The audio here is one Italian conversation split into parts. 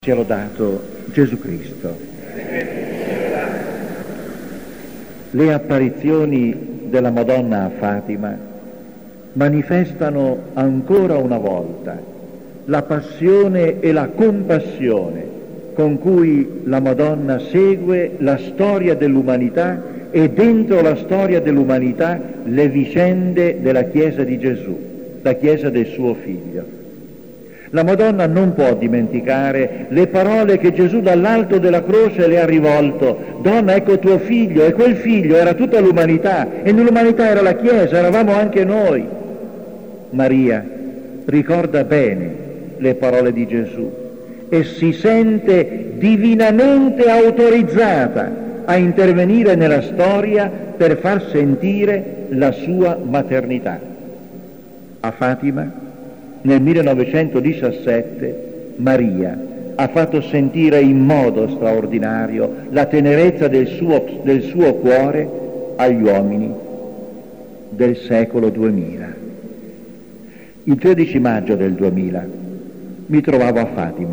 Sia lodato Gesù Cristo. Le apparizioni della Madonna a Fatima manifestano ancora una volta la passione e la compassione con cui la Madonna segue la storia dell'umanità e dentro la storia dell'umanità le vicende della Chiesa di Gesù, la Chiesa del suo Figlio. La Madonna non può dimenticare le parole che Gesù dall'alto della croce le ha rivolto: donna, ecco tuo figlio, e quel figlio era tutta l'umanità, e nell'umanità era la Chiesa, eravamo anche noi. Maria ricorda bene le parole di Gesù e si sente divinamente autorizzata a intervenire nella storia per far sentire la sua maternità. A Fatima, nel 1917, Maria ha fatto sentire in modo straordinario la tenerezza del suo cuore agli uomini del secolo 2000. Il 13 maggio del 2000 mi trovavo a Fatima.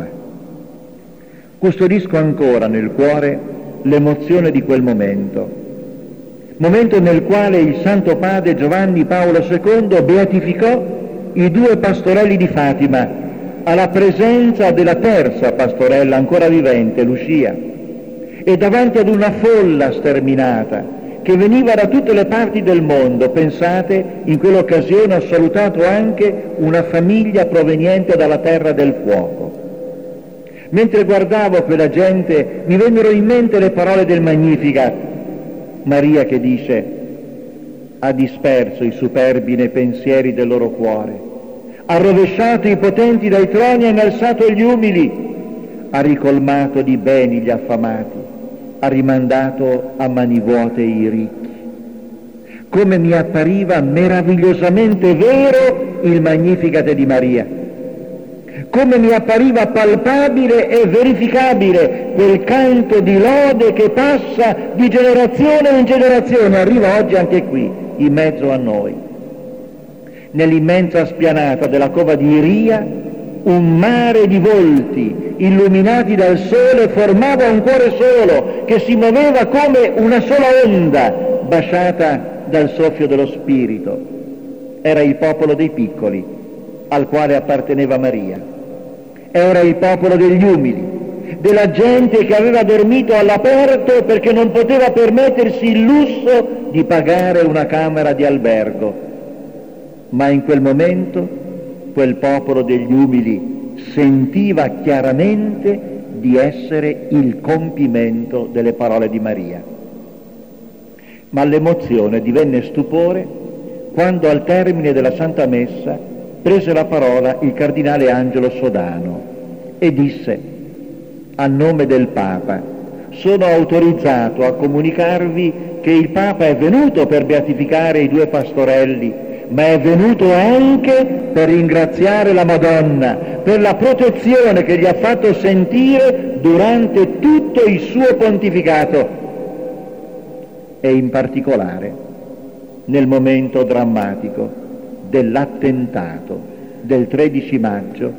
Custodisco ancora nel cuore l'emozione di quel momento nel quale il Santo Padre Giovanni Paolo II beatificò i 2 pastorelli di Fatima alla presenza della terza pastorella ancora vivente, Lucia, e davanti ad una folla sterminata che veniva da tutte le parti del mondo. Pensate, in quell'occasione ho salutato anche una famiglia proveniente dalla terra del fuoco. Mentre guardavo quella gente mi vennero in mente le parole del Magnificat, Maria che dice: ha disperso i superbi nei pensieri del loro cuore, ha rovesciato i potenti dai troni e innalzato gli umili, ha ricolmato di beni gli affamati, ha rimandato a mani vuote i ricchi. Come mi appariva meravigliosamente vero il Magnificat di Maria, come mi appariva palpabile e verificabile quel canto di lode che passa di generazione in generazione, arriva oggi anche qui, in mezzo a noi. Nell'immensa spianata della cova di Iria, un mare di volti illuminati dal sole formava un cuore solo che si muoveva come una sola onda baciata dal soffio dello Spirito. Era il popolo dei piccoli al quale apparteneva Maria. Era il popolo degli umili, della gente che aveva dormito all'aperto perché non poteva permettersi il lusso di pagare una camera di albergo. Ma in quel momento quel popolo degli umili sentiva chiaramente di essere il compimento delle parole di Maria. Ma l'emozione divenne stupore quando al termine della Santa Messa prese la parola il cardinale Angelo Sodano e disse: a nome del Papa sono autorizzato a comunicarvi che il Papa è venuto per beatificare i 2 pastorelli, ma è venuto anche per ringraziare la Madonna per la protezione che gli ha fatto sentire durante tutto il suo pontificato e in particolare nel momento drammatico dell'attentato del 13 maggio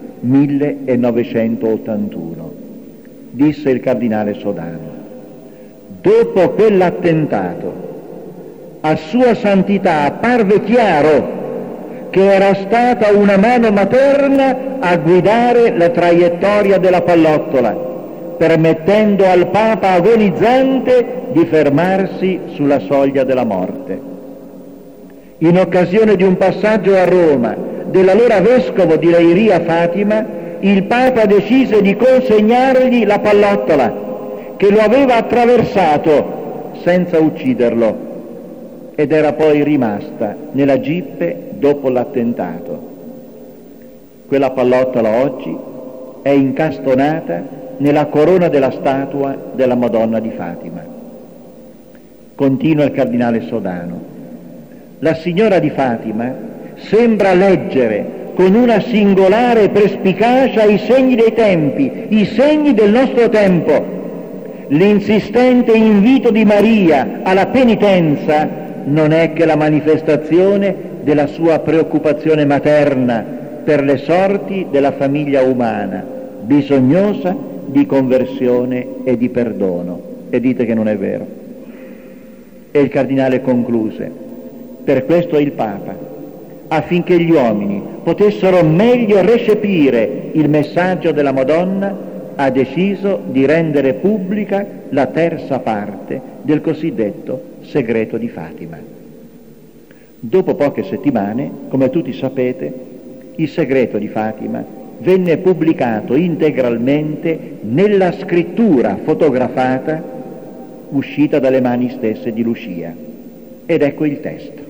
1981. Disse il cardinale Sodano: dopo quell'attentato a Sua Santità apparve chiaro che era stata una mano materna a guidare la traiettoria della pallottola, permettendo al Papa agonizzante di fermarsi sulla soglia della morte. In occasione di un passaggio a Roma dell'allora vescovo di Leiria Fatima, il Papa decise di consegnargli la pallottola che lo aveva attraversato senza ucciderlo ed era poi rimasta nella gippe dopo l'attentato. Quella pallottola oggi è incastonata nella corona della statua della Madonna di Fatima. Continua il cardinale Sodano: la signora di Fatima sembra leggere con una singolare perspicacia i segni dei tempi, i segni del nostro tempo. L'insistente invito di Maria alla penitenza non è che la manifestazione della sua preoccupazione materna per le sorti della famiglia umana, bisognosa di conversione e di perdono. E dite che non è vero. E il cardinale concluse: per questo il Papa, affinché gli uomini potessero meglio recepire il messaggio della Madonna, ha deciso di rendere pubblica la terza parte del cosiddetto segreto di Fatima. Dopo poche settimane, come tutti sapete, il segreto di Fatima venne pubblicato integralmente nella scrittura fotografata uscita dalle mani stesse di Lucia. Ed ecco il testo.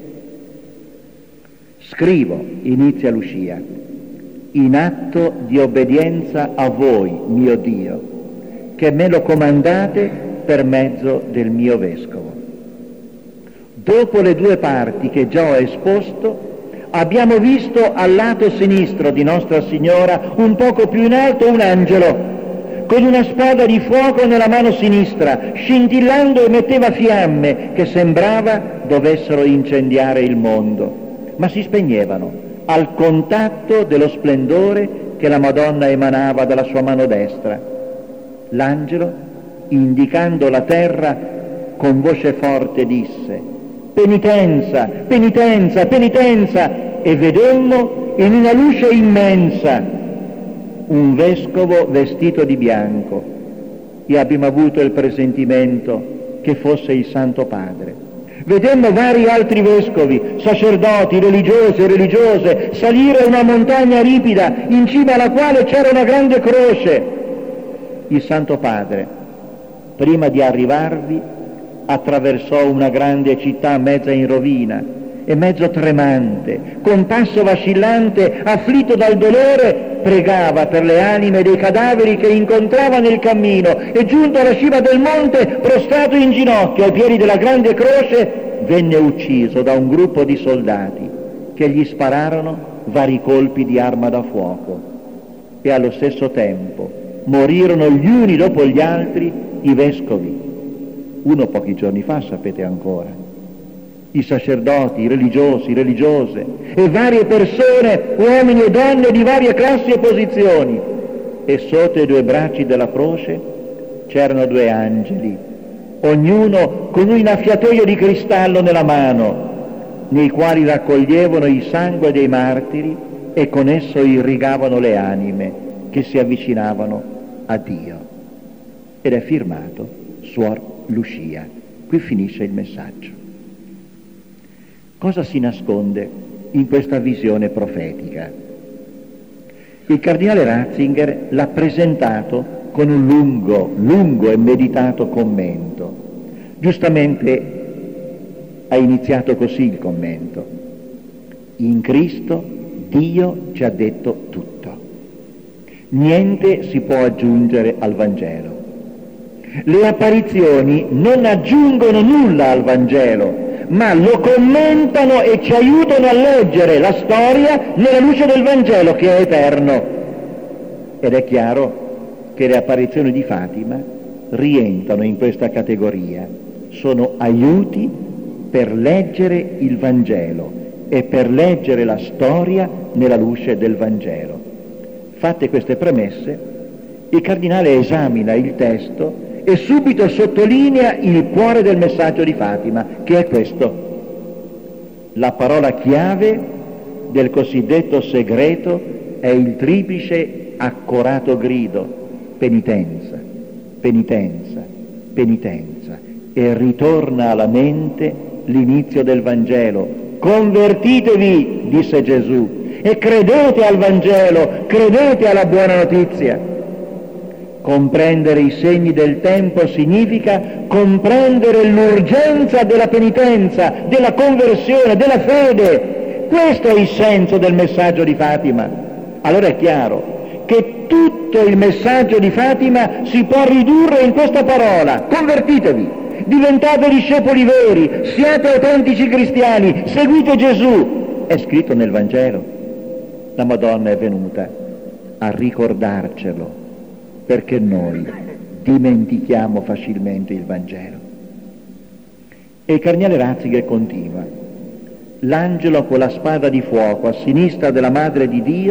Scrivo, inizia Lucia, in atto di obbedienza a voi, mio Dio, che me lo comandate per mezzo del mio vescovo. Dopo le due parti che già ho esposto, abbiamo visto al lato sinistro di Nostra Signora, un poco più in alto, un angelo, con una spada di fuoco nella mano sinistra, scintillando emetteva fiamme che sembrava dovessero incendiare il mondo, ma si spegnevano al contatto dello splendore che la Madonna emanava dalla sua mano destra. L'angelo, indicando la terra, con voce forte disse: penitenza, penitenza, penitenza, e vedemmo in una luce immensa un vescovo vestito di bianco, e abbiamo avuto il presentimento che fosse il Santo Padre. Vedemmo vari altri vescovi, sacerdoti, religiosi e religiose, salire una montagna ripida in cima alla quale c'era una grande croce. Il Santo Padre, prima di arrivarvi, attraversò una grande città mezza in rovina e mezzo tremante, con passo vacillante, afflitto dal dolore, pregava per le anime dei cadaveri che incontrava nel cammino, e giunto alla cima del monte, prostrato in ginocchio ai piedi della grande croce, venne ucciso da un gruppo di soldati che gli spararono vari colpi di arma da fuoco, e allo stesso tempo morirono gli uni dopo gli altri i vescovi. Uno pochi giorni fa, sapete ancora, i sacerdoti, i religiosi, religiose e varie persone, uomini e donne di varie classi e posizioni, e sotto i due bracci della croce c'erano due angeli, ognuno con un innaffiatoio di cristallo nella mano, nei quali raccoglievano il sangue dei martiri e con esso irrigavano le anime che si avvicinavano a Dio. Ed è firmato Suor Lucia. Qui finisce il messaggio. Cosa si nasconde in questa visione profetica? Il cardinale Ratzinger l'ha presentato con un lungo e meditato commento. Giustamente ha iniziato così il commento: in Cristo Dio ci ha detto tutto, niente si può aggiungere al Vangelo. Le apparizioni non aggiungono nulla al Vangelo, ma lo commentano e ci aiutano a leggere la storia nella luce del Vangelo, che è eterno. Ed è chiaro che le apparizioni di Fatima rientrano in questa categoria, sono aiuti per leggere il Vangelo e per leggere la storia nella luce del Vangelo. Fatte queste premesse, il cardinale esamina il testo e subito sottolinea il cuore del messaggio di Fatima, che è questo. La parola chiave del cosiddetto segreto è il triplice accorato grido: penitenza, penitenza, penitenza. E ritorna alla mente l'inizio del Vangelo: convertitevi, disse Gesù, e credete al Vangelo, credete alla buona notizia. Comprendere i segni del tempo significa comprendere l'urgenza della penitenza, della conversione, della fede. Questo è il senso del messaggio di Fatima. Allora è chiaro che tutto il messaggio di Fatima si può ridurre in questa parola: convertitevi, diventate discepoli veri, siate autentici cristiani, seguite Gesù. È scritto nel Vangelo. La Madonna è venuta a ricordarcelo, perché noi dimentichiamo facilmente il Vangelo. E il cardinale Ratzinger continua: l'angelo con la spada di fuoco a sinistra della Madre di Dio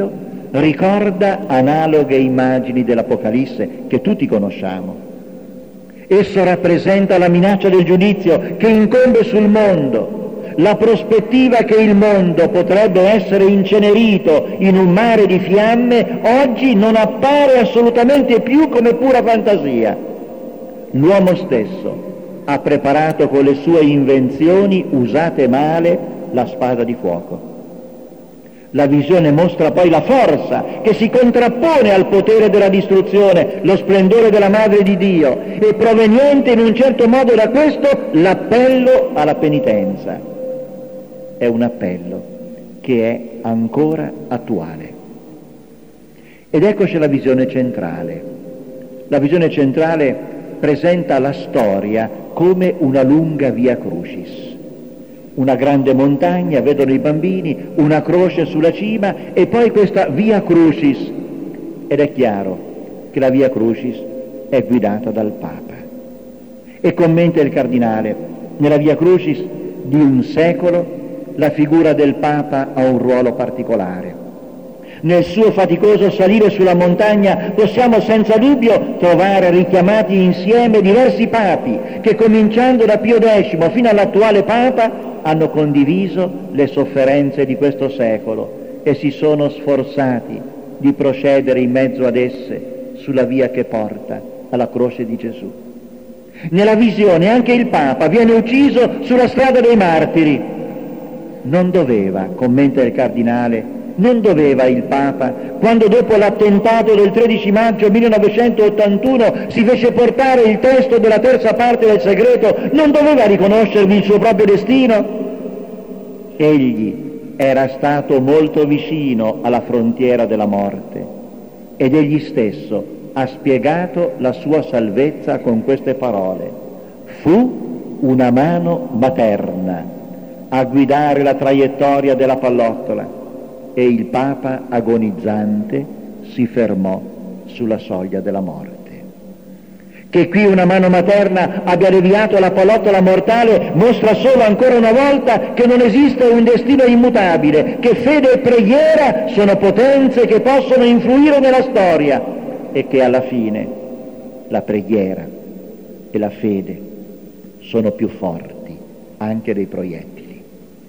ricorda analoghe immagini dell'Apocalisse che tutti conosciamo. Esso rappresenta la minaccia del giudizio che incombe sul mondo, la prospettiva che il mondo potrebbe essere incenerito in un mare di fiamme oggi non appare assolutamente più come pura fantasia. L'uomo stesso ha preparato con le sue invenzioni usate male la spada di fuoco. La visione mostra poi la forza che si contrappone al potere della distruzione, lo splendore della Madre di Dio, e proveniente in un certo modo da questo l'appello alla penitenza. È un appello che è ancora attuale. Ed eccoci la visione centrale. La visione centrale presenta la storia come una lunga via crucis. Una grande montagna, vedono i bambini, una croce sulla cima e poi questa via crucis. Ed è chiaro che la via crucis è guidata dal Papa. E commenta il cardinale, nella via crucis di un secolo la figura del Papa ha un ruolo particolare. Nel suo faticoso salire sulla montagna possiamo senza dubbio trovare richiamati insieme diversi papi che, cominciando da Pio X fino all'attuale Papa, hanno condiviso le sofferenze di questo secolo e si sono sforzati di procedere in mezzo ad esse sulla via che porta alla croce di Gesù. Nella visione anche il Papa viene ucciso sulla strada dei martiri. Non doveva, commenta il cardinale, non doveva il Papa, quando dopo l'attentato del 13 maggio 1981 si fece portare il testo della terza parte del segreto, non doveva riconoscervi il suo proprio destino? Egli era stato molto vicino alla frontiera della morte ed egli stesso ha spiegato la sua salvezza con queste parole: fu una mano materna a guidare la traiettoria della pallottola e il Papa agonizzante si fermò sulla soglia della morte. Che qui una mano materna abbia deviato la pallottola mortale mostra solo ancora una volta che non esiste un destino immutabile, che fede e preghiera sono potenze che possono influire nella storia e che alla fine la preghiera e la fede sono più forti anche dei proiettili.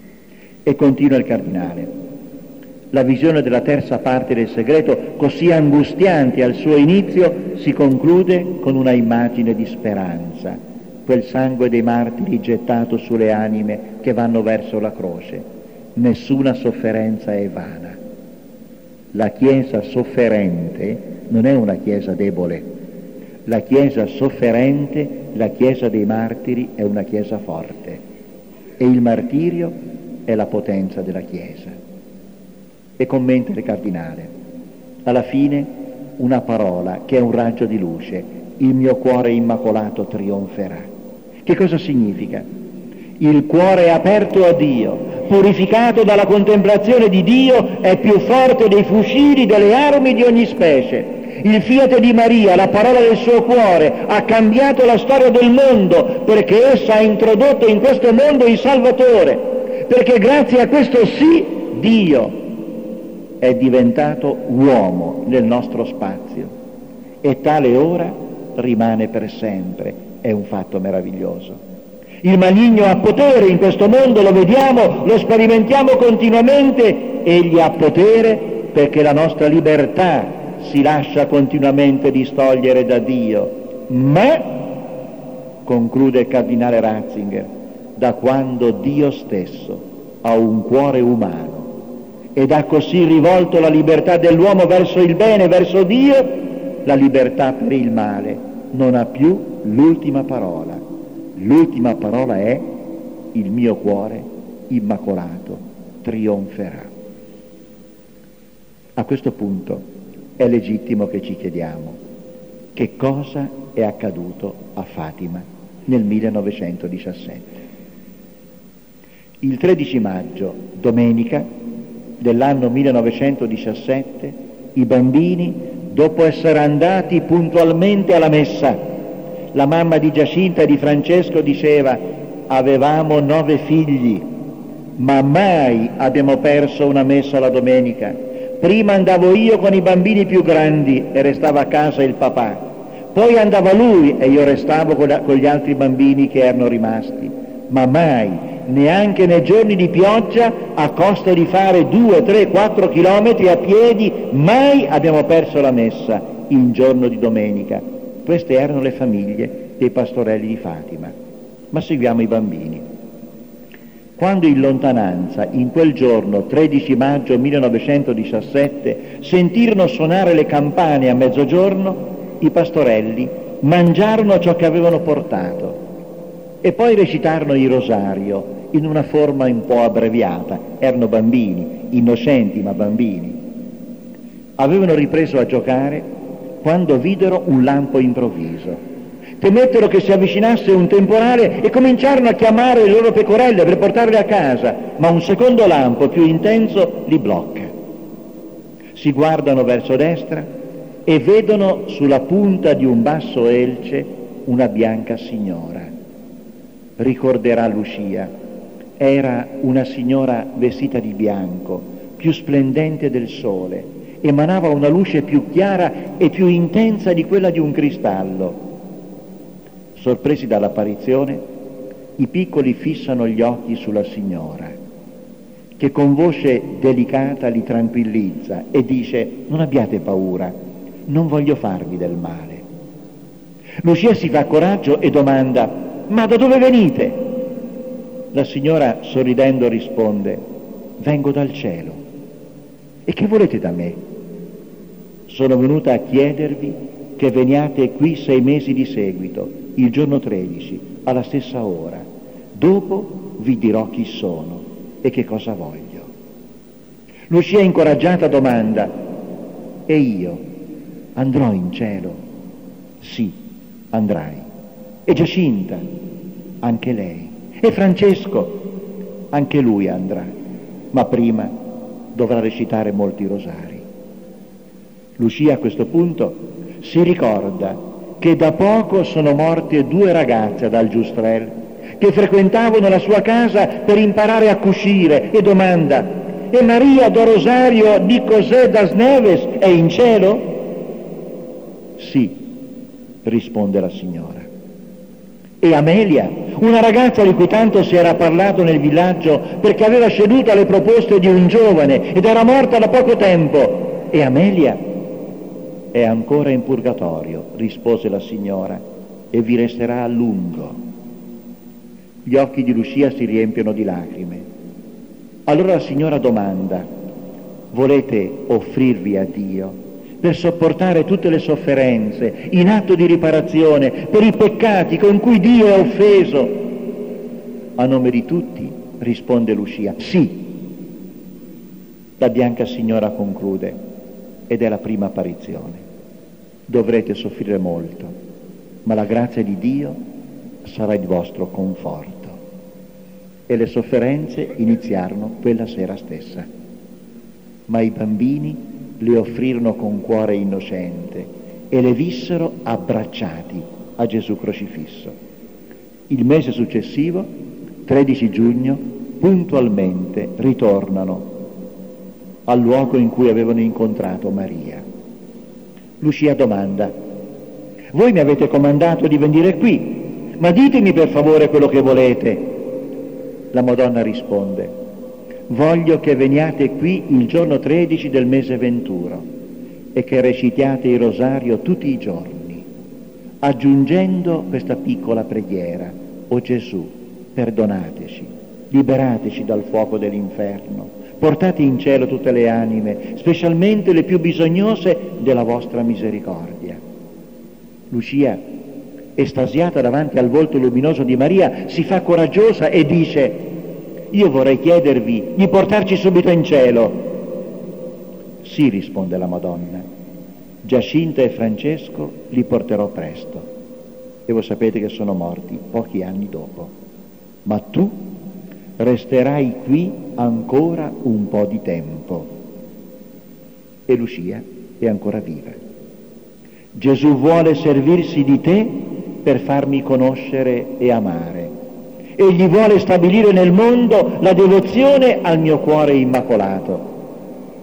E continua il cardinale. La visione della terza parte del segreto, così angustiante al suo inizio, si conclude con una immagine di speranza, quel sangue dei martiri gettato sulle anime che vanno verso la croce. Nessuna sofferenza è vana. La Chiesa sofferente non è una Chiesa debole. La Chiesa sofferente, la Chiesa dei martiri, è una Chiesa forte. E il martirio è la potenza della Chiesa. E commenta il cardinale, alla fine una parola che è un raggio di luce: il mio cuore immacolato trionferà. Che cosa significa? Il cuore aperto a Dio, purificato dalla contemplazione di Dio, è più forte dei fucili, delle armi di ogni specie. Il fiat di Maria, la parola del suo cuore, ha cambiato la storia del mondo, perché essa ha introdotto in questo mondo il Salvatore, perché grazie a questo sì Dio è diventato uomo nel nostro spazio e tale ora rimane per sempre. È un fatto meraviglioso. Il maligno ha potere in questo mondo, lo vediamo, lo sperimentiamo continuamente. Egli ha potere perché la nostra libertà si lascia continuamente distogliere da Dio. Ma, conclude il cardinale Ratzinger, da quando Dio stesso ha un cuore umano ed ha così rivolto la libertà dell'uomo verso il bene, verso Dio, la libertà per il male non ha più l'ultima parola. L'ultima parola è: il mio cuore immacolato trionferà. A questo punto è legittimo che ci chiediamo: che cosa è accaduto a Fatima nel 1917? Il 13 maggio, domenica, dell'anno 1917, i bambini, dopo essere andati puntualmente alla messa, la mamma di Giacinta e di Francesco diceva: avevamo 9 figli, ma mai abbiamo perso una messa la domenica, Prima andavo io con i bambini più grandi e restava a casa il papà. Poi andava lui e io restavo con gli altri bambini che erano rimasti. Ma mai, neanche nei giorni di pioggia, a costo di fare 2, 3, 4 chilometri a piedi, mai abbiamo perso la messa il giorno di domenica. Queste erano le famiglie dei pastorelli di Fatima. Ma seguiamo i bambini. Quando in lontananza, in quel giorno, 13 maggio 1917, sentirono suonare le campane a mezzogiorno, i pastorelli mangiarono ciò che avevano portato e poi recitarono il rosario in una forma un po' abbreviata. Erano bambini, innocenti ma bambini. Avevano ripreso a giocare quando videro un lampo improvviso. Temettero che si avvicinasse un temporale e cominciarono a chiamare le loro pecorelle per portarle a casa, ma un secondo lampo più intenso li blocca. Si guardano verso destra e vedono sulla punta di un basso elce una bianca signora. Ricorderà Lucia, era una signora vestita di bianco, più splendente del sole, emanava una luce più chiara e più intensa di quella di un cristallo. Sorpresi dall'apparizione, i piccoli fissano gli occhi sulla signora, che con voce delicata li tranquillizza e dice: non abbiate paura, non voglio farvi del male. Lucia si fa coraggio e domanda: ma da dove venite? La signora sorridendo risponde: vengo dal cielo. E che volete da me? Sono venuta a chiedervi che veniate qui 6 mesi di seguito, il giorno 13, alla stessa ora. Dopo vi dirò chi sono e che cosa voglio. Lucia, incoraggiata, domanda: e io andrò in cielo? Sì, andrai. E Giacinta? Anche lei. E Francesco? Anche lui andrà, ma prima dovrà recitare molti rosari. Lucia a questo punto si ricorda che da poco sono morte 2 ragazze dal Giustrel che frequentavano la sua casa per imparare a cucire e domanda: e Maria do Rosario di José das Neves è in cielo? Sì, risponde la signora. E Amelia, una ragazza di cui tanto si era parlato nel villaggio perché aveva ceduto alle proposte di un giovane ed era morta da poco tempo, e Amelia è ancora in purgatorio, rispose la signora, e vi resterà a lungo. Gli occhi di Lucia si riempiono di lacrime. Allora la signora domanda: volete offrirvi a Dio per sopportare tutte le sofferenze in atto di riparazione per i peccati con cui Dio è offeso? A nome di tutti, risponde Lucia, sì. La bianca signora conclude, ed è la prima apparizione: dovrete soffrire molto, ma la grazia di Dio sarà il vostro conforto. E le sofferenze iniziarono quella sera stessa, ma i bambini le offrirono con cuore innocente e le vissero abbracciati a Gesù crocifisso. Il mese successivo, 13 giugno, puntualmente ritornano al luogo in cui avevano incontrato Maria. Lucia domanda: voi mi avete comandato di venire qui, ma ditemi per favore quello che volete. La Madonna risponde: voglio che veniate qui il giorno 13 del mese venturo e che recitiate il rosario tutti i giorni, aggiungendo questa piccola preghiera: o Gesù, perdonateci, liberateci dal fuoco dell'inferno, portate in cielo tutte le anime, specialmente le più bisognose della vostra misericordia. Lucia, estasiata davanti al volto luminoso di Maria, si fa coraggiosa e dice: io vorrei chiedervi di portarci subito in cielo. Sì, risponde la Madonna, Giacinta e Francesco li porterò presto. E voi sapete che sono morti pochi anni dopo. Ma tu resterai qui ancora un po' di tempo. E Lucia è ancora viva. Gesù vuole servirsi di te per farmi conoscere e amare. Egli vuole stabilire nel mondo la devozione al mio cuore immacolato.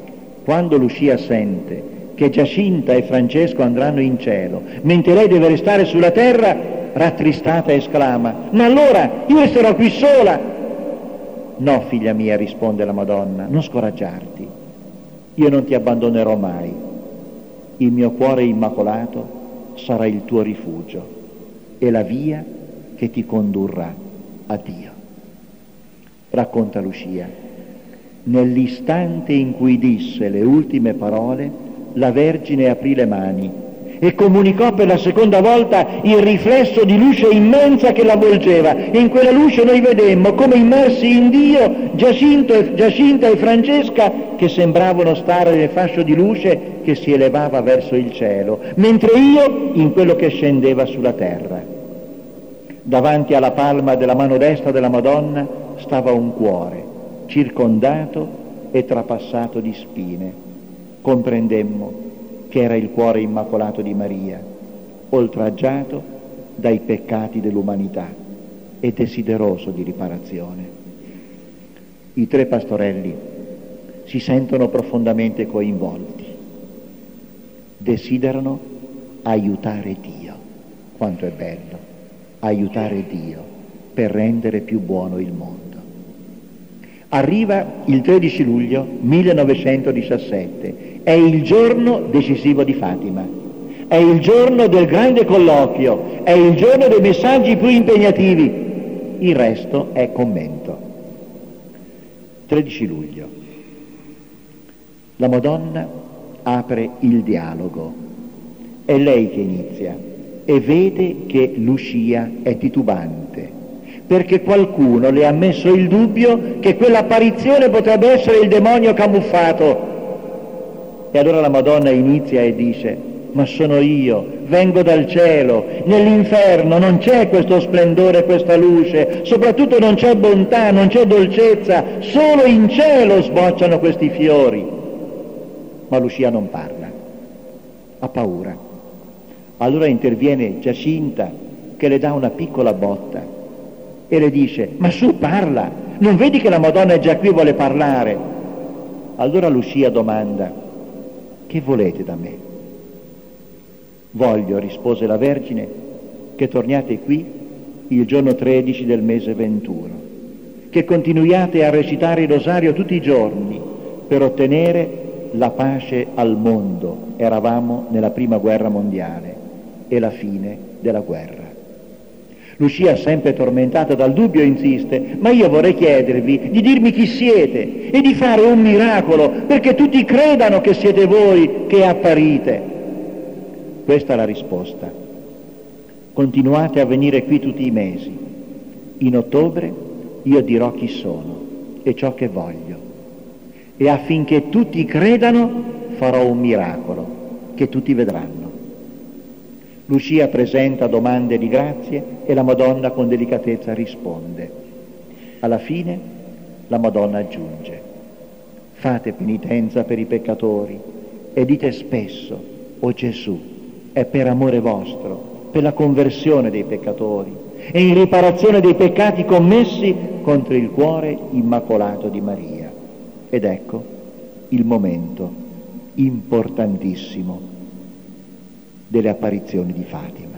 Quando Lucia sente che Giacinta e Francesco andranno in cielo, mentre lei deve restare sulla terra, rattristata esclama: ma allora io resterò qui sola? No, figlia mia, risponde la Madonna, non scoraggiarti, io non ti abbandonerò mai, il mio cuore immacolato sarà il tuo rifugio e la via che ti condurrà a Dio. Racconta Lucia: nell'istante in cui disse le ultime parole, la Vergine aprì le mani e comunicò per la seconda volta il riflesso di luce immensa che l'avvolgeva, e in quella luce noi vedemmo come immersi in Dio Giacinta e Francesca, che sembravano stare nel fascio di luce che si elevava verso il cielo, mentre io in quello che scendeva sulla terra. Davanti alla palma della mano destra della Madonna stava un cuore circondato e trapassato di spine. Comprendemmo che era il cuore immacolato di Maria, oltraggiato dai peccati dell'umanità e desideroso di riparazione. I tre pastorelli si sentono profondamente coinvolti, desiderano aiutare Dio. Quanto è bello aiutare Dio per rendere più buono il mondo. Arriva il 13 luglio 1917, è il giorno decisivo di Fatima, è il giorno del grande colloquio, è il giorno dei messaggi più impegnativi, il resto è commento. 13 luglio. La Madonna apre il dialogo, è lei che inizia e vede che Lucia è titubante, perché qualcuno le ha messo il dubbio che quell'apparizione potrebbe essere il demonio camuffato. E allora la Madonna inizia e dice: ma sono io, vengo dal cielo, nell'inferno non c'è questo splendore, questa luce, soprattutto non c'è bontà, non c'è dolcezza, solo in cielo sbocciano questi fiori. Ma Lucia non parla, ha paura. Allora interviene Giacinta, che le dà una piccola botta e le dice: ma su, parla, non vedi che la Madonna è già qui e vuole parlare? Allora Lucia domanda: che volete da me? Voglio, rispose la Vergine, che torniate qui il giorno 13 del mese 21, che continuiate a recitare il rosario tutti i giorni per ottenere la pace al mondo. Eravamo nella prima guerra mondiale e la fine della guerra. Lucia, sempre tormentata dal dubbio, insiste: ma io vorrei chiedervi di dirmi chi siete e di fare un miracolo perché tutti credano che siete voi che apparite. Questa è la risposta: continuate a venire qui tutti i mesi. In ottobre io dirò chi sono e ciò che voglio, e affinché tutti credano farò un miracolo che tutti vedranno. Lucia presenta domande di grazie e la Madonna con delicatezza risponde. Alla fine la Madonna aggiunge: fate penitenza per i peccatori e dite spesso: o Gesù, è per amore vostro, per la conversione dei peccatori e in riparazione dei peccati commessi contro il cuore immacolato di Maria. Ed ecco il momento importantissimo delle apparizioni di Fatima.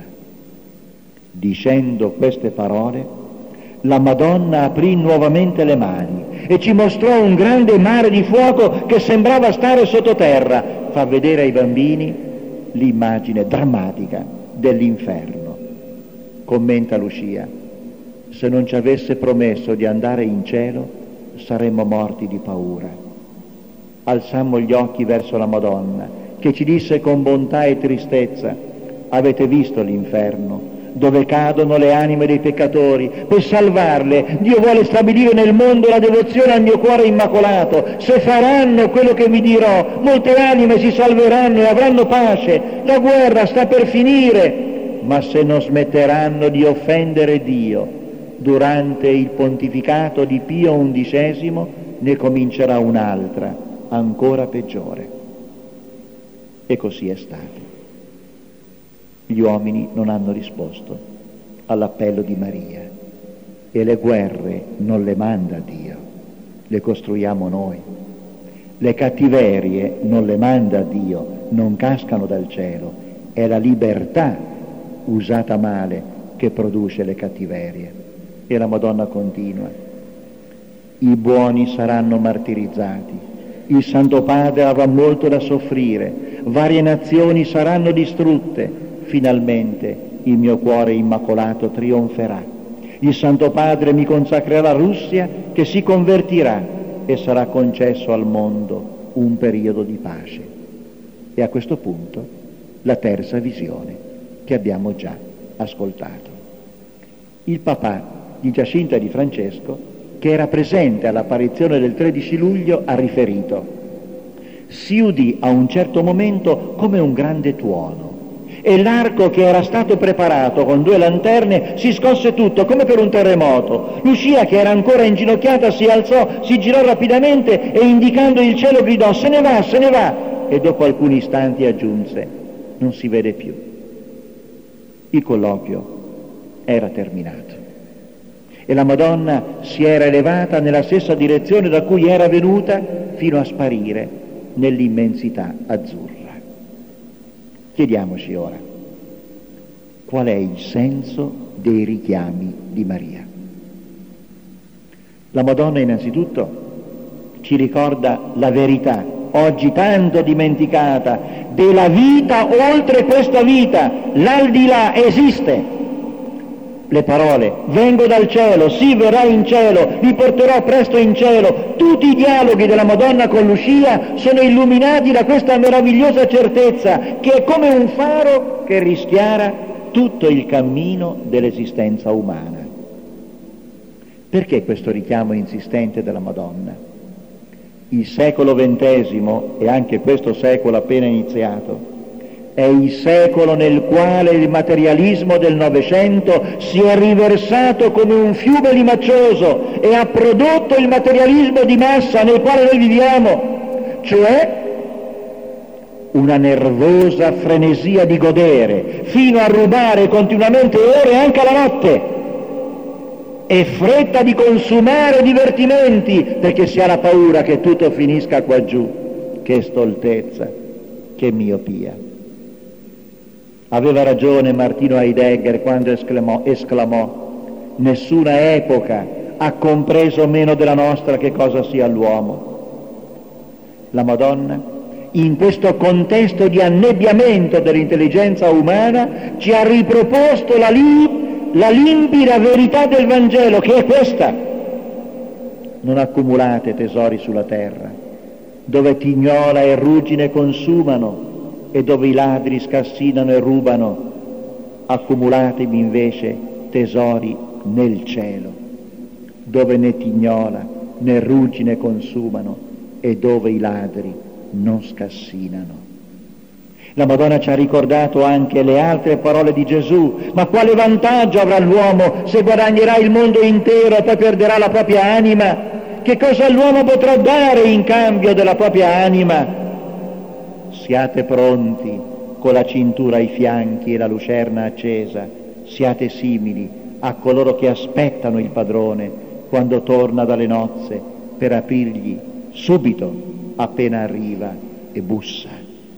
Dicendo queste parole, la Madonna aprì nuovamente le mani e ci mostrò un grande mare di fuoco che sembrava stare sottoterra. Fa vedere ai bambini l'immagine drammatica dell'inferno. Commenta Lucia: se non ci avesse promesso di andare in cielo, saremmo morti di paura. Alzammo gli occhi verso la Madonna, che ci disse con bontà e tristezza: avete visto l'inferno, dove cadono le anime dei peccatori? Per salvarle Dio vuole stabilire nel mondo la devozione al mio cuore immacolato. Se faranno quello che vi dirò, molte anime si salveranno e avranno pace. La guerra sta per finire. Ma se non smetteranno di offendere Dio, durante il pontificato di Pio XI ne comincerà un'altra, ancora peggiore. E così è stato. Gli uomini non hanno risposto all'appello di Maria e le guerre non le manda Dio, le costruiamo noi. Le cattiverie non le manda Dio, non cascano dal cielo, è la libertà usata male che produce le cattiverie. E la Madonna continua: i buoni saranno martirizzati, il Santo Padre avrà molto da soffrire, varie nazioni saranno distrutte, finalmente il mio cuore immacolato trionferà. Il Santo Padre mi consacrerà la Russia che si convertirà e sarà concesso al mondo un periodo di pace. E a questo punto la terza visione che abbiamo già ascoltato. Il papà di Giacinta e di Francesco, che era presente all'apparizione del 13 luglio, ha riferito: si udì a un certo momento come un grande tuono e l'arco che era stato preparato con 2 lanterne si scosse tutto come per un terremoto. Lucia, che era ancora inginocchiata, si alzò, si girò rapidamente e indicando il cielo gridò: se ne va, se ne va, e dopo alcuni istanti aggiunse: non si vede più. Il colloquio era terminato e la Madonna si era elevata nella stessa direzione da cui era venuta fino a sparire nell'immensità azzurra. Chiediamoci ora qual è il senso dei richiami di Maria. La Madonna innanzitutto ci ricorda la verità, oggi tanto dimenticata, della vita oltre questa vita. L'aldilà esiste. Le parole: vengo dal cielo, sì, verrai in cielo, vi porterò presto in cielo. Tutti i dialoghi della Madonna con Lucia sono illuminati da questa meravigliosa certezza, che è come un faro che rischiara tutto il cammino dell'esistenza umana. Perché questo richiamo insistente della Madonna? Il secolo XX, e anche questo secolo appena iniziato, è il secolo nel quale il materialismo del Novecento si è riversato come un fiume limaccioso e ha prodotto il materialismo di massa nel quale noi viviamo, cioè una nervosa frenesia di godere, fino a rubare continuamente ore anche alla notte, e fretta di consumare divertimenti, perché si ha la paura che tutto finisca qua giù. Che stoltezza, che miopia. Aveva ragione Martino Heidegger quando esclamò: nessuna epoca ha compreso meno della nostra che cosa sia l'uomo. La Madonna, in questo contesto di annebbiamento dell'intelligenza umana, ci ha riproposto la limpida verità del Vangelo, che è questa: non accumulate tesori sulla terra, dove tignola e ruggine consumano e dove i ladri scassinano e rubano. Accumulatevi invece tesori nel cielo, dove né tignola né ruggine consumano e dove i ladri non scassinano. La Madonna ci ha ricordato anche le altre parole di Gesù: ma quale vantaggio avrà l'uomo se guadagnerà il mondo intero e poi perderà la propria anima? Che cosa l'uomo potrà dare in cambio della propria anima? Siate pronti con la cintura ai fianchi e la lucerna accesa, siate simili a coloro che aspettano il padrone quando torna dalle nozze per aprirgli subito appena arriva e bussa.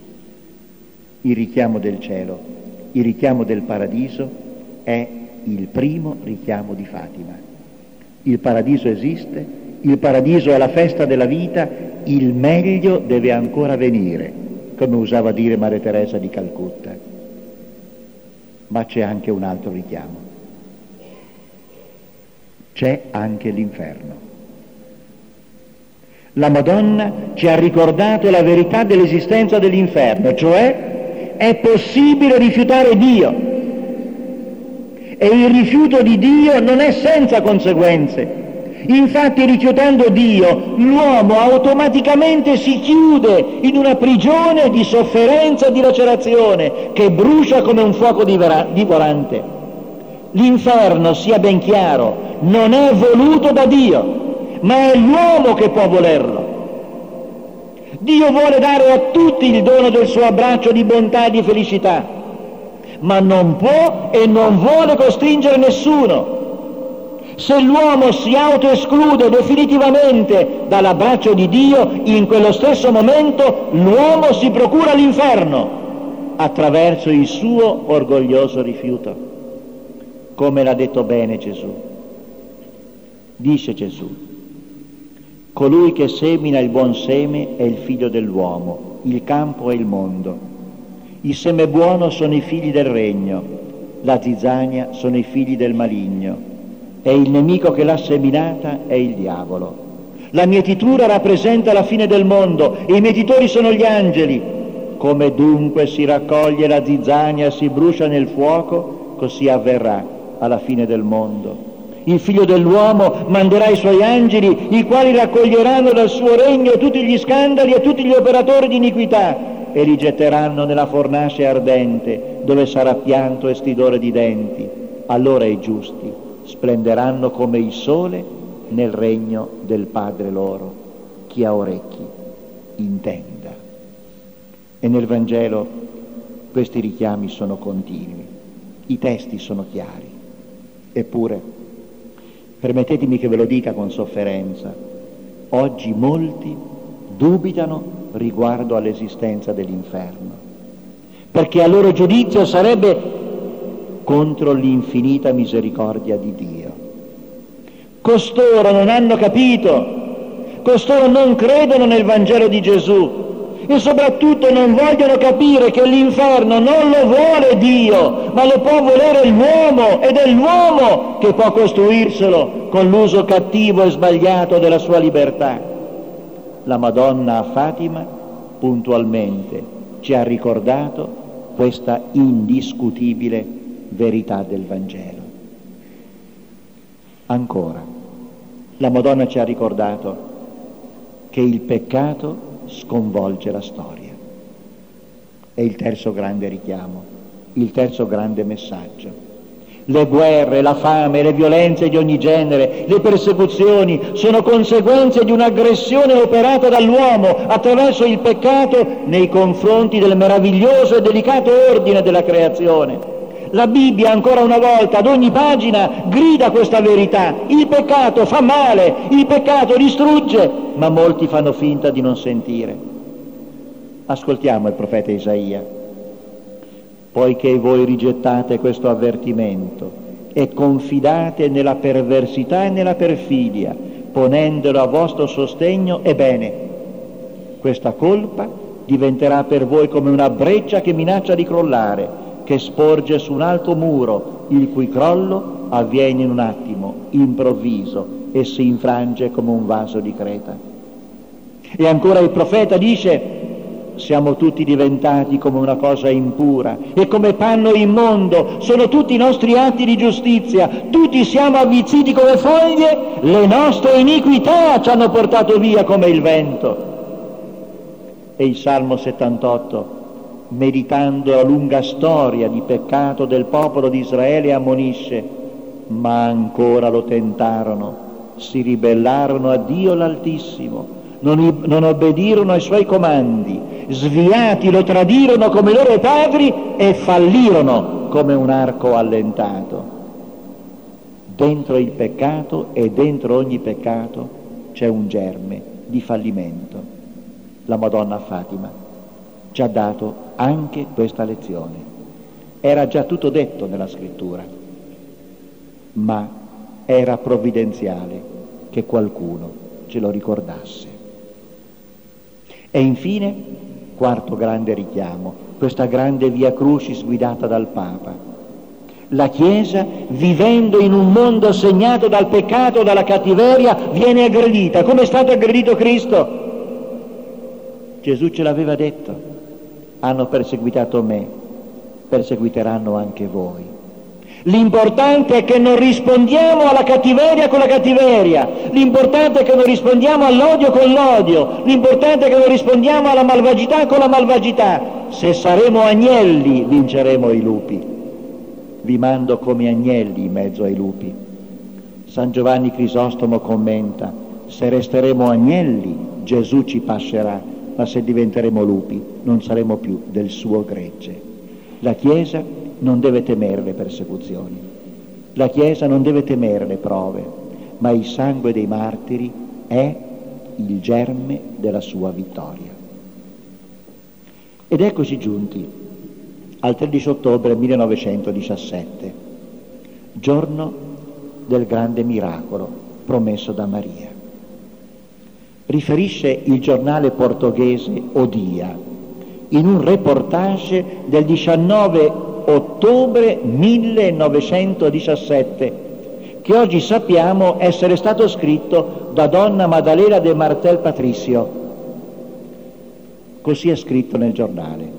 Il richiamo del cielo, il richiamo del paradiso è il primo richiamo di Fatima. Il paradiso esiste, il paradiso è la festa della vita, il meglio deve ancora venire, come usava dire Maria Teresa di Calcutta. Ma c'è anche un altro richiamo. C'è anche l'inferno. La Madonna ci ha ricordato la verità dell'esistenza dell'inferno, cioè è possibile rifiutare Dio e il rifiuto di Dio non è senza conseguenze. Infatti, rifiutando Dio, l'uomo automaticamente si chiude in una prigione di sofferenza e di lacerazione che brucia come un fuoco divorante. L'inferno, sia ben chiaro, non è voluto da Dio, ma è l'uomo che può volerlo. Dio vuole dare a tutti il dono del suo abbraccio di bontà e di felicità, ma non può e non vuole costringere nessuno. Se l'uomo si autoesclude definitivamente dall'abbraccio di Dio, in quello stesso momento l'uomo si procura l'inferno attraverso il suo orgoglioso rifiuto. Come l'ha detto bene Gesù. Dice Gesù: colui che semina il buon seme è il figlio dell'uomo, il campo è il mondo. Il seme buono sono i figli del regno, la zizzania sono i figli del maligno, e il nemico che l'ha seminata è il diavolo. La mietitura rappresenta la fine del mondo e i mietitori sono gli angeli. Come dunque si raccoglie la zizzania e si brucia nel fuoco, così avverrà alla fine del mondo. Il figlio dell'uomo manderà i suoi angeli, i quali raccoglieranno dal suo regno tutti gli scandali e tutti gli operatori di iniquità e li getteranno nella fornace ardente, dove sarà pianto e stridore di denti. Allora i giusti splenderanno come il sole nel regno del Padre loro. Chi ha orecchi intenda. E nel Vangelo questi richiami sono continui, i testi sono chiari. Eppure, permettetemi che ve lo dica con sofferenza, oggi molti dubitano riguardo all'esistenza dell'inferno, perché a loro giudizio sarebbe contro l'infinita misericordia di Dio. Costoro non hanno capito, costoro non credono nel Vangelo di Gesù e soprattutto non vogliono capire che l'inferno non lo vuole Dio, ma lo può volere l'uomo, ed è l'uomo che può costruirselo con l'uso cattivo e sbagliato della sua libertà. La Madonna a Fatima puntualmente ci ha ricordato questa indiscutibile verità del Vangelo. Ancora, la Madonna ci ha ricordato che il peccato sconvolge la storia. È il terzo grande richiamo, il terzo grande messaggio. Le guerre, la fame, le violenze di ogni genere, le persecuzioni sono conseguenze di un'aggressione operata dall'uomo attraverso il peccato nei confronti del meraviglioso e delicato ordine della creazione. La Bibbia, ancora una volta, ad ogni pagina, grida questa verità. Il peccato fa male, il peccato distrugge, ma molti fanno finta di non sentire. Ascoltiamo il profeta Isaia. Poiché voi rigettate questo avvertimento e confidate nella perversità e nella perfidia, ponendolo a vostro sostegno, ebbene, questa colpa diventerà per voi come una breccia che minaccia di crollare, che sporge su un alto muro, il cui crollo avviene in un attimo, improvviso, e si infrange come un vaso di creta. E ancora il profeta dice: siamo tutti diventati come una cosa impura e come panno immondo, sono tutti i nostri atti di giustizia, tutti siamo avvizziti come foglie, le nostre iniquità ci hanno portato via come il vento. E il Salmo 78, meditando la lunga storia di peccato del popolo di Israele, ammonisce: ma ancora lo tentarono, si ribellarono a Dio l'Altissimo, non obbedirono ai suoi comandi, sviati lo tradirono come i loro padri e fallirono come un arco allentato. Dentro il peccato e dentro ogni peccato c'è un germe di fallimento. La Madonna a Fatima ci ha dato anche questa lezione. Era già tutto detto nella scrittura, ma era provvidenziale che qualcuno ce lo ricordasse. E infine, quarto grande richiamo, questa grande via crucis guidata dal Papa. La Chiesa, vivendo in un mondo segnato dal peccato, dalla cattiveria, viene aggredita. Come è stato aggredito Cristo? Gesù ce l'aveva detto: hanno perseguitato me, perseguiteranno anche voi. L'importante è che non rispondiamo alla cattiveria con la cattiveria, l'importante è che non rispondiamo all'odio con l'odio, l'importante è che non rispondiamo alla malvagità con la malvagità. Se saremo agnelli, vinceremo i lupi. Vi mando come agnelli in mezzo ai lupi. San Giovanni Crisostomo commenta: se resteremo agnelli, Gesù ci pascerà, ma se diventeremo lupi non saremo più del suo gregge. La Chiesa non deve temere le persecuzioni, La Chiesa non deve temere le prove, ma il sangue dei martiri è il germe della sua vittoria. Ed eccoci giunti al 13 ottobre 1917, giorno del grande miracolo promesso da Maria. Riferisce il giornale portoghese O Dia in un reportage del 19 ottobre 1917, che oggi sappiamo essere stato scritto da Donna Maddalena de Martel Patricio. Così è scritto nel giornale: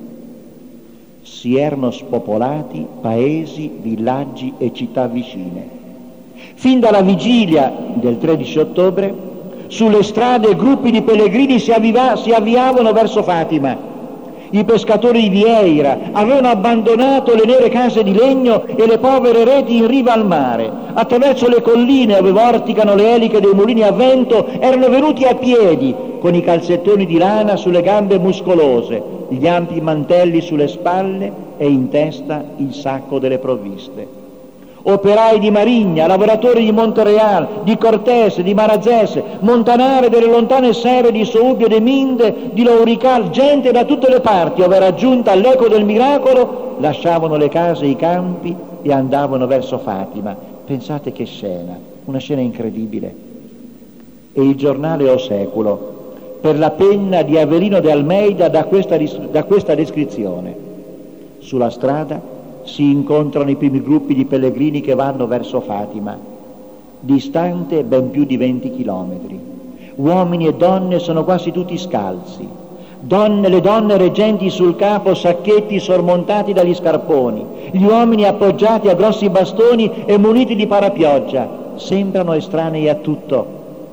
si erano spopolati paesi, villaggi e città vicine. Fin dalla vigilia del 13 ottobre, sulle strade gruppi di pellegrini si avviavano verso Fatima. I pescatori di Vieira avevano abbandonato le nere case di legno e le povere reti in riva al mare. Attraverso le colline dove vorticano le eliche dei mulini a vento erano venuti a piedi, con i calzettoni di lana sulle gambe muscolose, gli ampi mantelli sulle spalle e in testa il sacco delle provviste. Operai di Marigna, lavoratori di Montereal, di Cortese, di Marazese, montanare delle lontane serre di Soubio de Minde, di Laurical, gente da tutte le parti, ove raggiunta l'eco del miracolo, lasciavano le case e i campi e andavano verso Fatima. Pensate che scena, una scena incredibile. E il giornale O Seculo, per la penna di Avelino de Almeida, dà questa descrizione. Sulla strada si incontrano i primi gruppi di pellegrini che vanno verso Fatima, distante ben più di 20 chilometri. Uomini e donne sono quasi tutti scalzi. Le donne reggenti sul capo sacchetti sormontati dagli scarponi, gli uomini appoggiati a grossi bastoni e muniti di parapioggia. Sembrano estranei a tutto.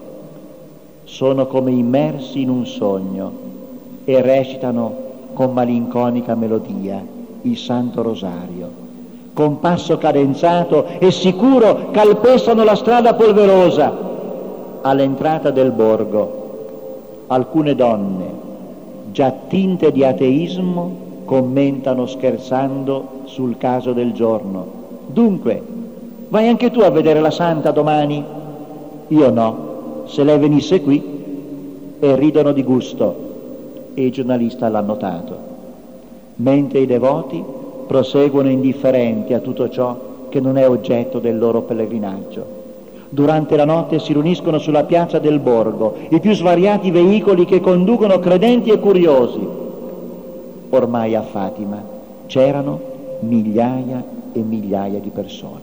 Sono come immersi in un sogno e recitano con malinconica melodia il Santo Rosario. Con passo cadenzato e sicuro calpestano la strada polverosa. All'entrata del borgo alcune donne, già tinte di ateismo, commentano scherzando sul caso del giorno: dunque, vai anche tu a vedere la Santa domani? Io no, se lei venisse qui. E ridono di gusto, e il giornalista l'ha notato. Mentre i devoti proseguono indifferenti a tutto ciò che non è oggetto del loro pellegrinaggio. Durante la notte si riuniscono sulla piazza del borgo i più svariati veicoli che conducono credenti e curiosi. Ormai a Fatima c'erano migliaia e migliaia di persone.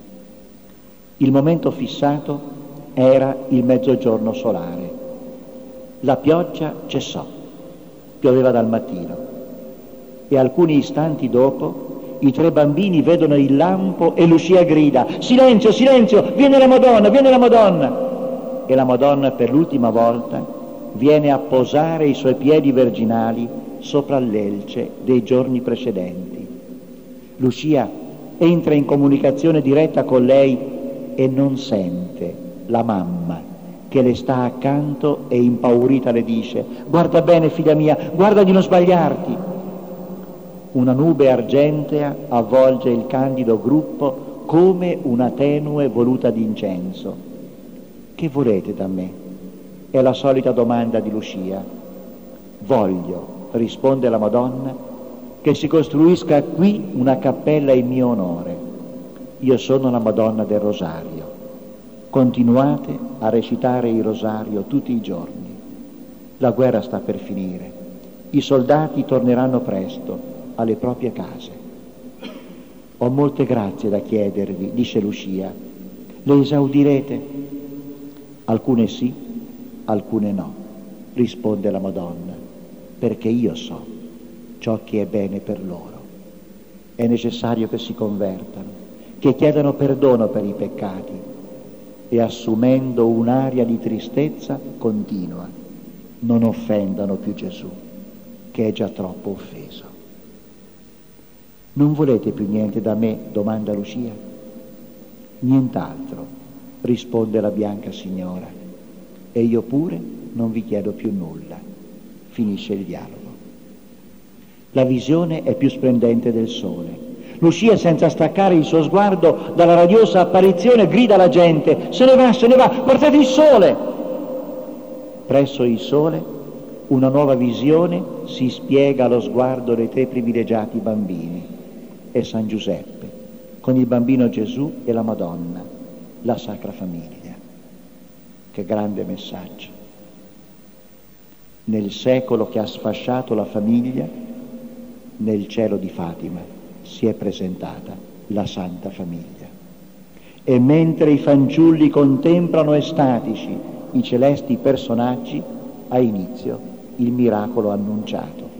Il momento fissato era il mezzogiorno solare. La pioggia cessò, pioveva dal mattino. E alcuni istanti dopo i tre bambini vedono il lampo e Lucia grida: silenzio, silenzio, viene la Madonna, viene la Madonna! E la Madonna per l'ultima volta viene a posare i suoi piedi virginali sopra l'elce dei giorni precedenti. Lucia entra in comunicazione diretta con lei e non sente la mamma che le sta accanto e impaurita le dice: guarda bene figlia mia, guarda di non sbagliarti. Una nube argentea avvolge il candido gruppo come una tenue voluta d'incenso. Che volete da me? È la solita domanda di Lucia. Voglio, risponde la Madonna, che si costruisca qui una cappella in mio onore. Io sono la Madonna del Rosario. Continuate a recitare il Rosario tutti i giorni. La guerra sta per finire. I soldati torneranno presto alle proprie case. Ho molte grazie da chiedervi, dice Lucia. Le esaudirete? Alcune sì, alcune no, risponde la Madonna, perché io so ciò che è bene per loro. È necessario che si convertano, che chiedano perdono per i peccati e, assumendo un'aria di tristezza, continua: non offendano più Gesù, che è già troppo offeso. Non volete più niente da me? Domanda Lucia. Nient'altro, risponde la bianca signora, e io pure non vi chiedo più nulla. Finisce il dialogo. La visione è più splendente del sole. Lucia, senza staccare il suo sguardo dalla radiosa apparizione, grida alla gente: se ne va, guardate il sole! Presso il sole una nuova visione si spiega allo sguardo dei 3 privilegiati bambini. È San Giuseppe, con il bambino Gesù e la Madonna, la Sacra Famiglia. Che grande messaggio! Nel secolo che ha sfasciato la famiglia, nel cielo di Fatima si è presentata la Santa Famiglia. E mentre i fanciulli contemplano estatici i celesti personaggi, ha inizio il miracolo annunciato.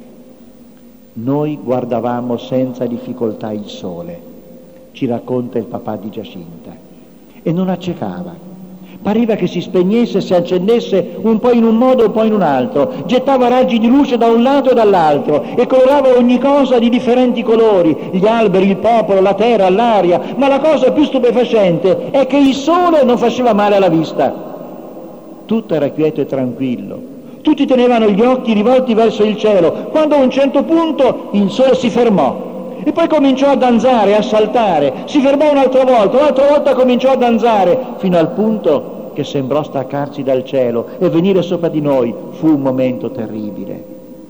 Noi guardavamo senza difficoltà il sole, ci racconta il papà di Giacinta, e non accecava. Pareva che si spegnesse, si accendesse un po' in un modo, un po' in un altro, gettava raggi di luce da un lato e dall'altro e colorava ogni cosa di differenti colori, gli alberi, il popolo, la terra, l'aria, ma la cosa più stupefacente è che il sole non faceva male alla vista. Tutto era quieto e tranquillo, tutti tenevano gli occhi rivolti verso il cielo, quando a un certo punto il sole si fermò e poi cominciò a danzare, a saltare, si fermò un'altra volta cominciò a danzare, fino al punto che sembrò staccarsi dal cielo e venire sopra di noi. Fu un momento terribile.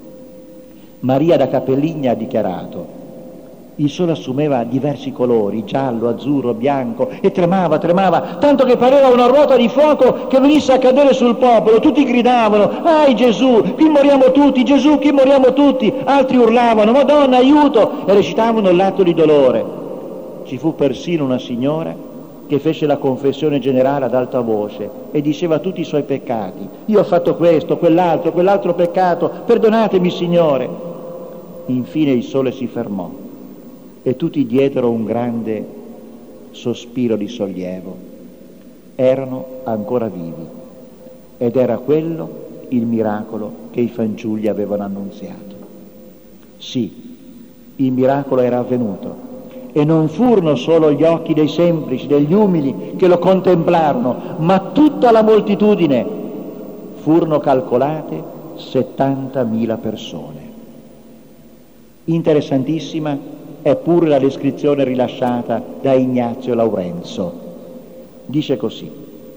Maria da Capelligna ha dichiarato: il sole assumeva diversi colori, giallo, azzurro, bianco, e tremava, tanto che pareva una ruota di fuoco che venisse a cadere sul popolo. Tutti gridavano: «Ai Gesù, qui moriamo tutti! Gesù, qui moriamo tutti!» Altri urlavano: «Madonna, aiuto!» e recitavano l'atto di dolore. Ci fu persino una signora che fece la confessione generale ad alta voce e diceva tutti i suoi peccati: «Io ho fatto questo, quell'altro peccato, perdonatemi, Signore!» Infine il sole si fermò e tutti diedero un grande sospiro di sollievo. Erano ancora vivi ed era quello il miracolo che i fanciulli avevano annunziato. Sì, il miracolo era avvenuto e non furono solo gli occhi dei semplici, degli umili che lo contemplarono, ma tutta la moltitudine. Furono calcolate 70.000 persone. Interessantissima è pure la descrizione rilasciata da Ignazio Laurenzo. Dice così: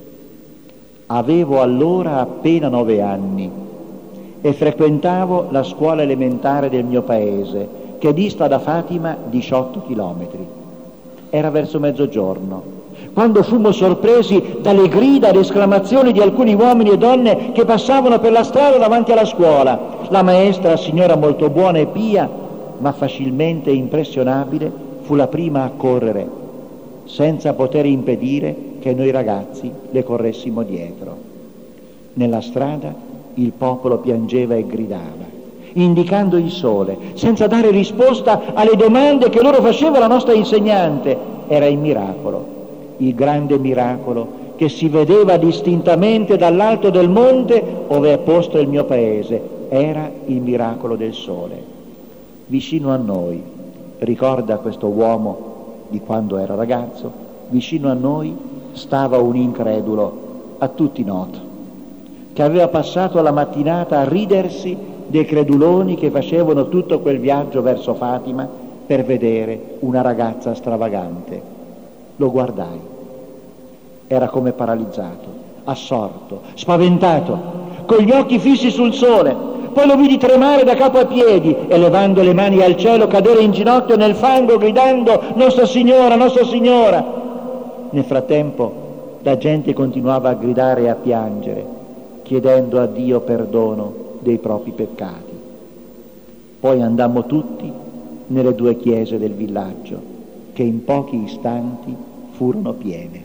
avevo allora appena 9 anni e frequentavo la scuola elementare del mio paese, che dista da Fatima 18 chilometri. Era verso mezzogiorno, quando fummo sorpresi dalle grida ed esclamazioni di alcuni uomini e donne che passavano per la strada davanti alla scuola. La maestra, signora molto buona e pia, ma facilmente impressionabile, fu la prima a correre, senza poter impedire che noi ragazzi le corressimo dietro. Nella strada il popolo piangeva e gridava, indicando il sole, senza dare risposta alle domande che loro faceva la nostra insegnante. Era il miracolo, il grande miracolo che si vedeva distintamente dall'alto del monte ove è posto il mio paese. Era il miracolo del sole. Vicino a noi, ricorda questo uomo di quando era ragazzo, vicino a noi stava un incredulo, a tutti noto, che aveva passato la mattinata a ridersi dei creduloni che facevano tutto quel viaggio verso Fatima per vedere una ragazza stravagante. Lo guardai, era come paralizzato, assorto, spaventato, con gli occhi fissi sul sole. Poi lo vidi tremare da capo a piedi e, levando le mani al cielo, cadere in ginocchio nel fango gridando: Nostra Signora, Nostra Signora! Nel frattempo la gente continuava a gridare e a piangere, chiedendo a Dio perdono dei propri peccati. Poi andammo tutti nelle 2 chiese del villaggio, che in pochi istanti furono piene.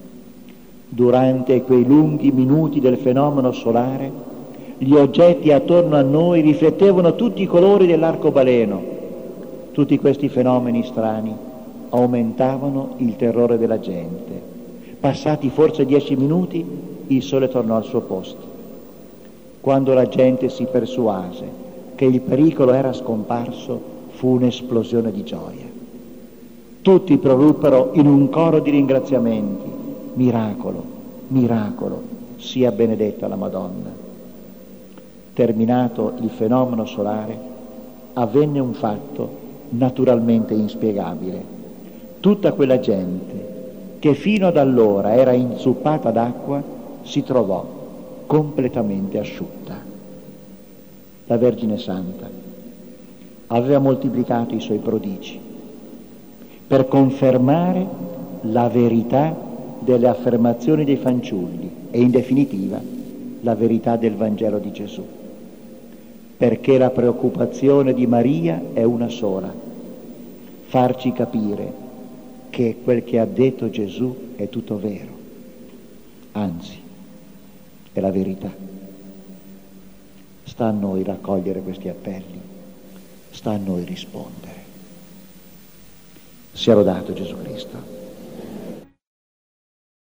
Durante quei lunghi minuti del fenomeno solare, gli oggetti attorno a noi riflettevano tutti i colori dell'arcobaleno. Tutti questi fenomeni strani aumentavano il terrore della gente. Passati forse 10 minuti, il sole tornò al suo posto. Quando la gente si persuase che il pericolo era scomparso, fu un'esplosione di gioia. Tutti proruppero in un coro di ringraziamenti: miracolo, miracolo, sia benedetta la Madonna. Terminato il fenomeno solare, avvenne un fatto naturalmente inspiegabile. Tutta quella gente che fino ad allora era inzuppata d'acqua si trovò completamente asciutta. La Vergine Santa aveva moltiplicato i suoi prodigi per confermare la verità delle affermazioni dei fanciulli e in definitiva la verità del Vangelo di Gesù, perché la preoccupazione di Maria è una sola: farci capire che quel che ha detto Gesù è tutto vero, anzi è la verità. Sta a noi raccogliere questi appelli, sta a noi rispondere. Sia lodato Gesù Cristo.